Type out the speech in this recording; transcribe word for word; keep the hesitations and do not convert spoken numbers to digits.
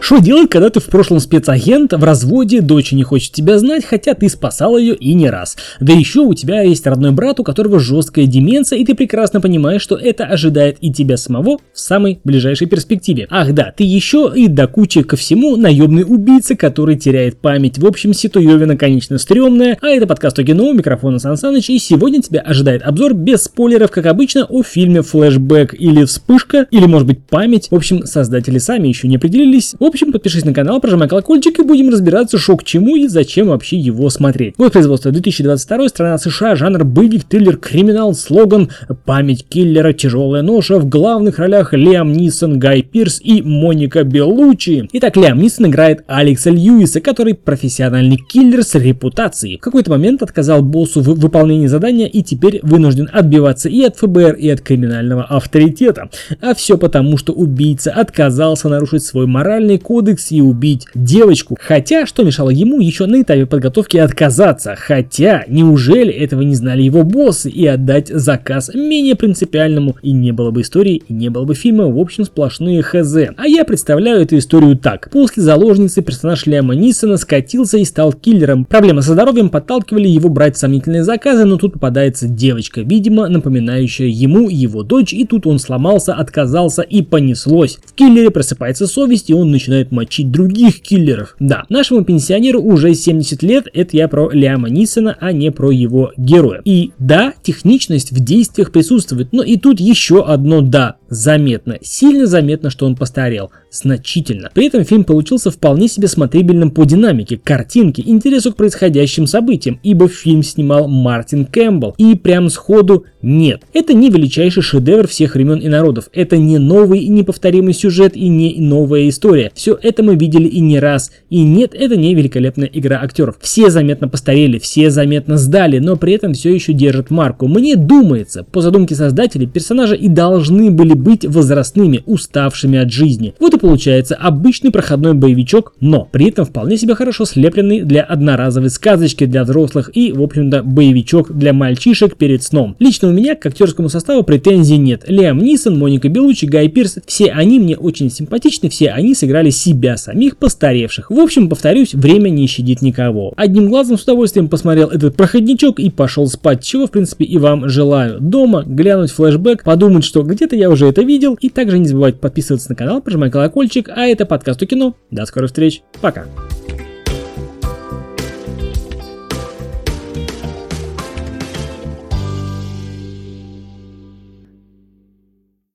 Что делать, когда ты в прошлом спецагент, в разводе, дочь не хочет тебя знать, хотя ты спасал ее и не раз. Да еще у тебя есть родной брат, у которого жесткая деменция, и ты прекрасно понимаешь, что это ожидает и тебя самого в самой ближайшей перспективе. Ах да, ты еще и до кучи ко всему наемный убийца, который теряет память. В общем, ситуевина, конечно, стрёмная. А это подкаст о кино, у микрофона Сан Саныч, и сегодня тебя ожидает обзор без спойлеров, как обычно, о фильме «Флэшбэк» или «Вспышка», или может быть «Память». В общем, создатели сами еще не определились. В общем, подпишись на канал, прожимай колокольчик и будем разбираться, шо к чему и зачем вообще его смотреть. Год производства две тысячи двадцать второй, страна США, жанр боевик, триллер, криминал, слоган «Память киллера, тяжелая ноша», в главных ролях Лиам Нисон, Гай Пирс и Моника Беллуччи. Итак, Лиам Нисон играет Алекса Льюиса, который профессиональный киллер с репутацией. В какой-то момент отказал боссу в выполнении задания и теперь вынужден отбиваться и от эф бэ эр, и от криминального авторитета. А все потому, что убийца отказался нарушить свой моральный кодекс и убить девочку. Хотя, что мешало ему еще на этапе подготовки отказаться? Хотя, неужели этого не знали его боссы и отдать заказ менее принципиальному? И не было бы истории, и не было бы фильма, в общем, сплошные хз. А я представляю эту историю так. После заложницы персонаж Лиама Нисона скатился и стал киллером. Проблемы со здоровьем подталкивали его брать сомнительные заказы, но тут попадается девочка, видимо, напоминающая ему его дочь, и тут он сломался, отказался и понеслось. В киллере просыпается совесть, и он начинает мочить других киллеров. Да, нашему пенсионеру уже семьдесят лет, это я про Лиама Нисона, а не про его героя. И да, техничность в действиях присутствует, но и тут еще одно да, заметно, сильно заметно, что он постарел, значительно. При этом фильм получился вполне себе смотрибельным по динамике, картинке, интересу к происходящим событиям, ибо фильм снимал Мартин Кэмпбелл, и прям сходу нет. Это не величайший шедевр всех времен и народов, это не новый и неповторимый сюжет и не новая история. Все это мы видели и не раз, и нет, это не великолепная игра актеров. Все заметно постарели, все заметно сдали, но при этом все еще держат марку. Мне думается, по задумке создателей, персонажи и должны были быть возрастными, уставшими от жизни. Вот и получается обычный проходной боевичок, но при этом вполне себе хорошо слепленный для одноразовой сказочки для взрослых и, в общем-то, боевичок для мальчишек перед сном. Лично у меня к актерскому составу претензий нет. Лиам Нисон, Моника Беллуччи, Гай Пирс, все они мне очень симпатичны, все они сыграли себя самих постаревших. В общем, повторюсь, время не щадит никого. Одним глазом с удовольствием посмотрел этот проходничок и пошел спать, чего, в принципе, и вам желаю. Дома глянуть флешбэк, подумать, что где-то я уже это видел, и также не забывайте подписываться на канал, прожимать колокольчик, а это подкаст о кино. До скорых встреч, пока!